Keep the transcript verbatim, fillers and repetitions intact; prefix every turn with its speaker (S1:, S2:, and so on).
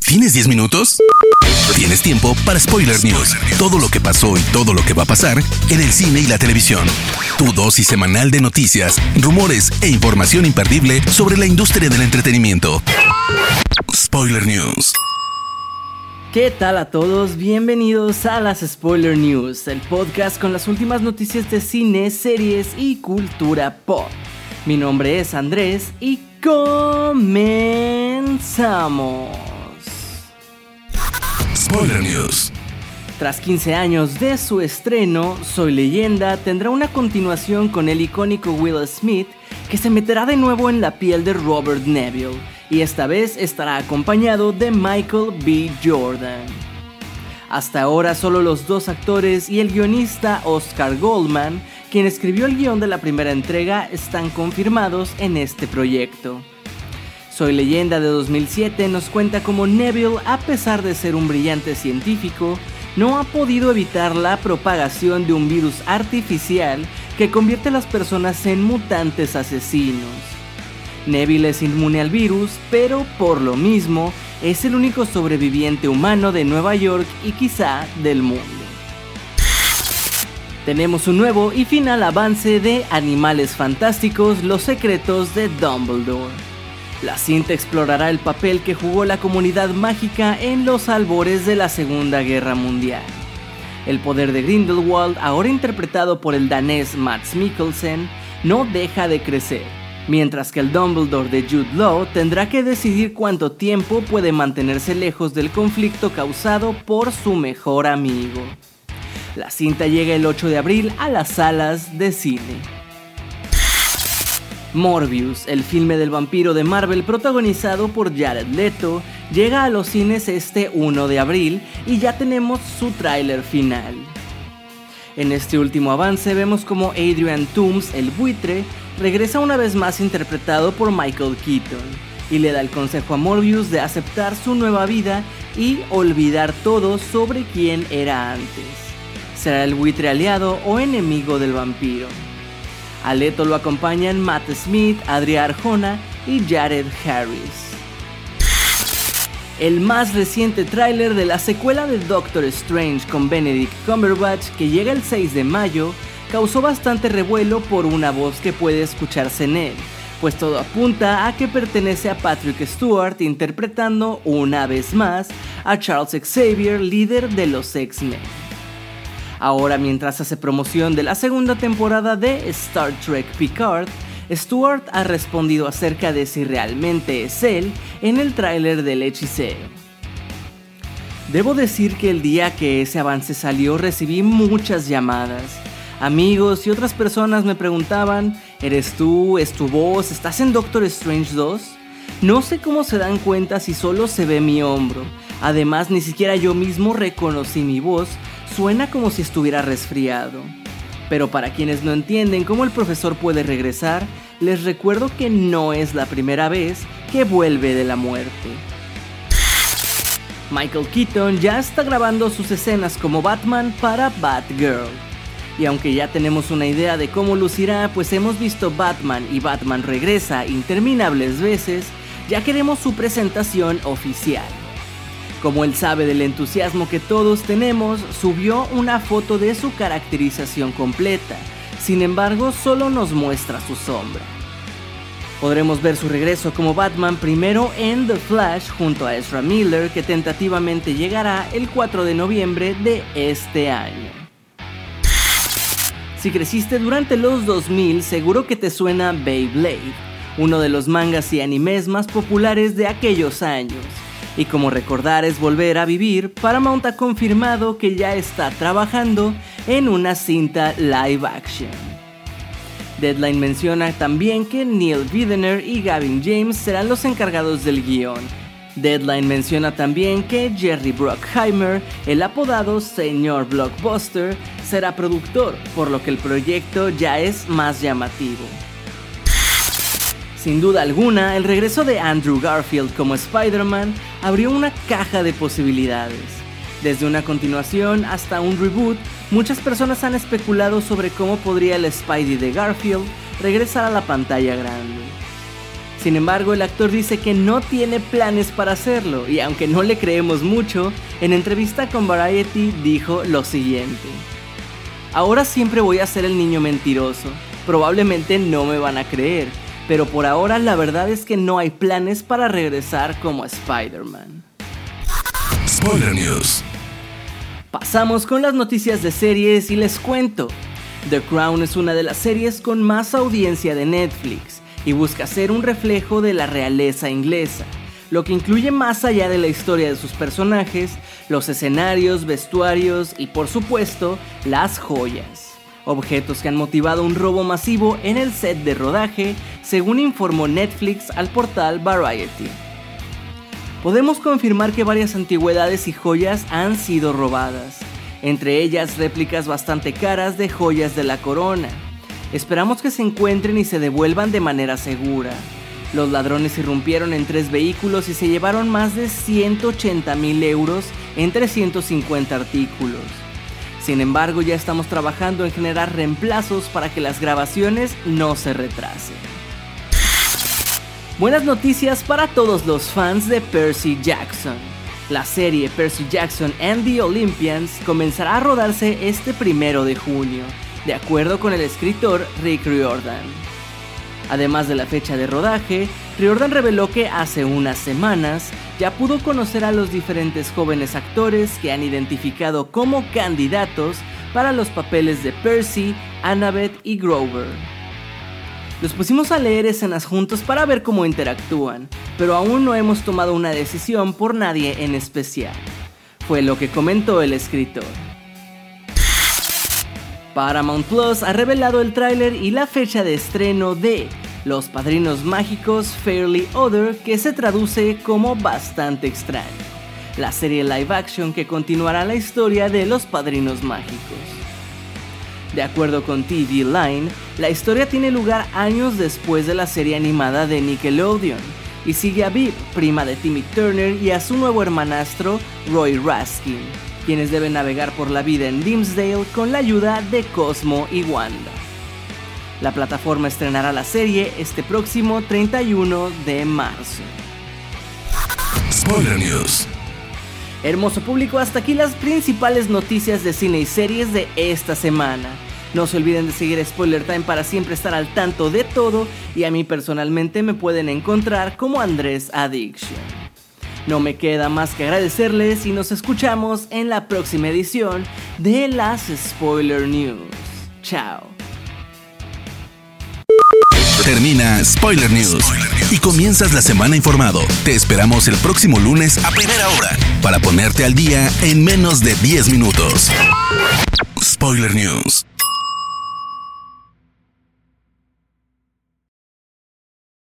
S1: ¿Tienes diez minutos? Tienes tiempo para Spoiler News. Todo lo que pasó y todo lo que va a pasar en el cine y la televisión. Tu dosis semanal de noticias, rumores e información imperdible sobre la industria del entretenimiento. Spoiler News.
S2: ¿Qué tal a todos? Bienvenidos a las Spoiler News, el podcast con las últimas noticias de cine, series y cultura pop. Mi nombre es Andrés y comenzamos.
S1: Spoiler News.
S2: Tras quince años de su estreno, Soy Leyenda tendrá una continuación con el icónico Will Smith, que se meterá de nuevo en la piel de Robert Neville, y esta vez estará acompañado de Michael B. Jordan. Hasta ahora solo los dos actores y el guionista Oscar Goldman, quien escribió el guión de la primera entrega, están confirmados en este proyecto. Soy Leyenda de dos mil siete nos cuenta cómo Neville, a pesar de ser un brillante científico, no ha podido evitar la propagación de un virus artificial que convierte a las personas en mutantes asesinos. Neville es inmune al virus, pero por lo mismo es el único sobreviviente humano de Nueva York y quizá del mundo. Tenemos un nuevo y final avance de Animales Fantásticos, los secretos de Dumbledore. La cinta explorará el papel que jugó la comunidad mágica en los albores de la Segunda Guerra Mundial. El poder de Grindelwald, ahora interpretado por el danés Mads Mikkelsen, no deja de crecer, mientras que el Dumbledore de Jude Law tendrá que decidir cuánto tiempo puede mantenerse lejos del conflicto causado por su mejor amigo. La cinta llega el ocho de abril a las salas de cine. Morbius, el filme del vampiro de Marvel protagonizado por Jared Leto, llega a los cines este uno de abril y ya tenemos su tráiler final. En este último avance vemos como Adrian Toomes, el buitre, regresa una vez más interpretado por Michael Keaton y le da el consejo a Morbius de aceptar su nueva vida y olvidar todo sobre quién era antes. ¿Será el buitre aliado o enemigo del vampiro? A Leto lo acompañan Matt Smith, Adria Arjona y Jared Harris. El más reciente tráiler de la secuela de Doctor Strange con Benedict Cumberbatch, que llega el seis de mayo, causó bastante revuelo por una voz que puede escucharse en él, pues todo apunta a que pertenece a Patrick Stewart interpretando una vez más a Charles Xavier, líder de los X-Men. Ahora, mientras hace promoción de la segunda temporada de Star Trek Picard, Stewart ha respondido acerca de si realmente es él en el tráiler del hechicero. Debo decir que el día que ese avance salió recibí muchas llamadas. Amigos y otras personas me preguntaban: ¿eres tú? ¿Es tu voz? ¿Estás en Doctor Strange dos? No sé cómo se dan cuenta si solo se ve mi hombro. Además, ni siquiera yo mismo reconocí mi voz. Suena como si estuviera resfriado. Pero para quienes no entienden cómo el profesor puede regresar, les recuerdo que no es la primera vez que vuelve de la muerte. Michael Keaton ya está grabando sus escenas como Batman para Batgirl. Y aunque ya tenemos una idea de cómo lucirá, pues hemos visto Batman y Batman Regresa interminables veces, ya queremos su presentación oficial. Como él sabe del entusiasmo que todos tenemos, subió una foto de su caracterización completa. Sin embargo, solo nos muestra su sombra. Podremos ver su regreso como Batman primero en The Flash junto a Ezra Miller, que tentativamente llegará el cuatro de noviembre de este año. Si creciste durante los dos mil, seguro que te suena Beyblade, uno de los mangas y animes más populares de aquellos años. Y como recordar es volver a vivir, Paramount ha confirmado que ya está trabajando en una cinta live action. Deadline menciona también que Neil Widener y Gavin James serán los encargados del guión. Deadline menciona también que Jerry Bruckheimer, el apodado Señor Blockbuster, será productor, por lo que el proyecto ya es más llamativo. Sin duda alguna, el regreso de Andrew Garfield como Spider-Man abrió una caja de posibilidades. Desde una continuación hasta un reboot, muchas personas han especulado sobre cómo podría el Spidey de Garfield regresar a la pantalla grande. Sin embargo, el actor dice que no tiene planes para hacerlo, y aunque no le creemos mucho, en entrevista con Variety dijo lo siguiente: ahora siempre voy a ser el niño mentiroso, probablemente no me van a creer, pero por ahora la verdad es que no hay planes para regresar como Spider-Man.
S1: Spoiler News.
S2: Pasamos con las noticias de series y les cuento. The Crown es una de las series con más audiencia de Netflix y busca ser un reflejo de la realeza inglesa, lo que incluye más allá de la historia de sus personajes, los escenarios, vestuarios y por supuesto, las joyas. Objetos que han motivado un robo masivo en el set de rodaje, según informó Netflix al portal Variety. Podemos confirmar que varias antigüedades y joyas han sido robadas, entre ellas réplicas bastante caras de joyas de la corona. Esperamos que se encuentren y se devuelvan de manera segura. Los ladrones irrumpieron en tres vehículos y se llevaron más de ciento ochenta mil euros en trescientos cincuenta artículos. Sin embargo, ya estamos trabajando en generar reemplazos para que las grabaciones no se retrasen. Buenas noticias para todos los fans de Percy Jackson. La serie Percy Jackson and the Olympians comenzará a rodarse este primero de junio, de acuerdo con el escritor Rick Riordan. Además de la fecha de rodaje, Riordan reveló que hace unas semanas ya pudo conocer a los diferentes jóvenes actores que han identificado como candidatos para los papeles de Percy, Annabeth y Grover. Los pusimos a leer escenas juntos para ver cómo interactúan, pero aún no hemos tomado una decisión por nadie en especial, fue lo que comentó el escritor. Paramount Plus ha revelado el tráiler y la fecha de estreno de Los Padrinos Mágicos Fairly Other, que se traduce como Bastante Extraño, la serie live action que continuará la historia de los Padrinos Mágicos. De acuerdo con T V Line, la historia tiene lugar años después de la serie animada de Nickelodeon y sigue a Viv, prima de Timmy Turner, y a su nuevo hermanastro Roy Raskin, quienes deben navegar por la vida en Dimmsdale con la ayuda de Cosmo y Wanda. La plataforma estrenará la serie este próximo treinta y uno de marzo.
S1: Spoiler News.
S2: Hermoso público, hasta aquí las principales noticias de cine y series de esta semana. No se olviden de seguir Spoiler Time para siempre estar al tanto de todo, y a mí personalmente me pueden encontrar como Andrés Addiction. No me queda más que agradecerles y nos escuchamos en la próxima edición de las Spoiler News. Chao.
S1: Termina Spoiler News y comienzas la semana informado. Te esperamos el próximo lunes a primera hora para ponerte al día en menos de diez minutos. Spoiler News.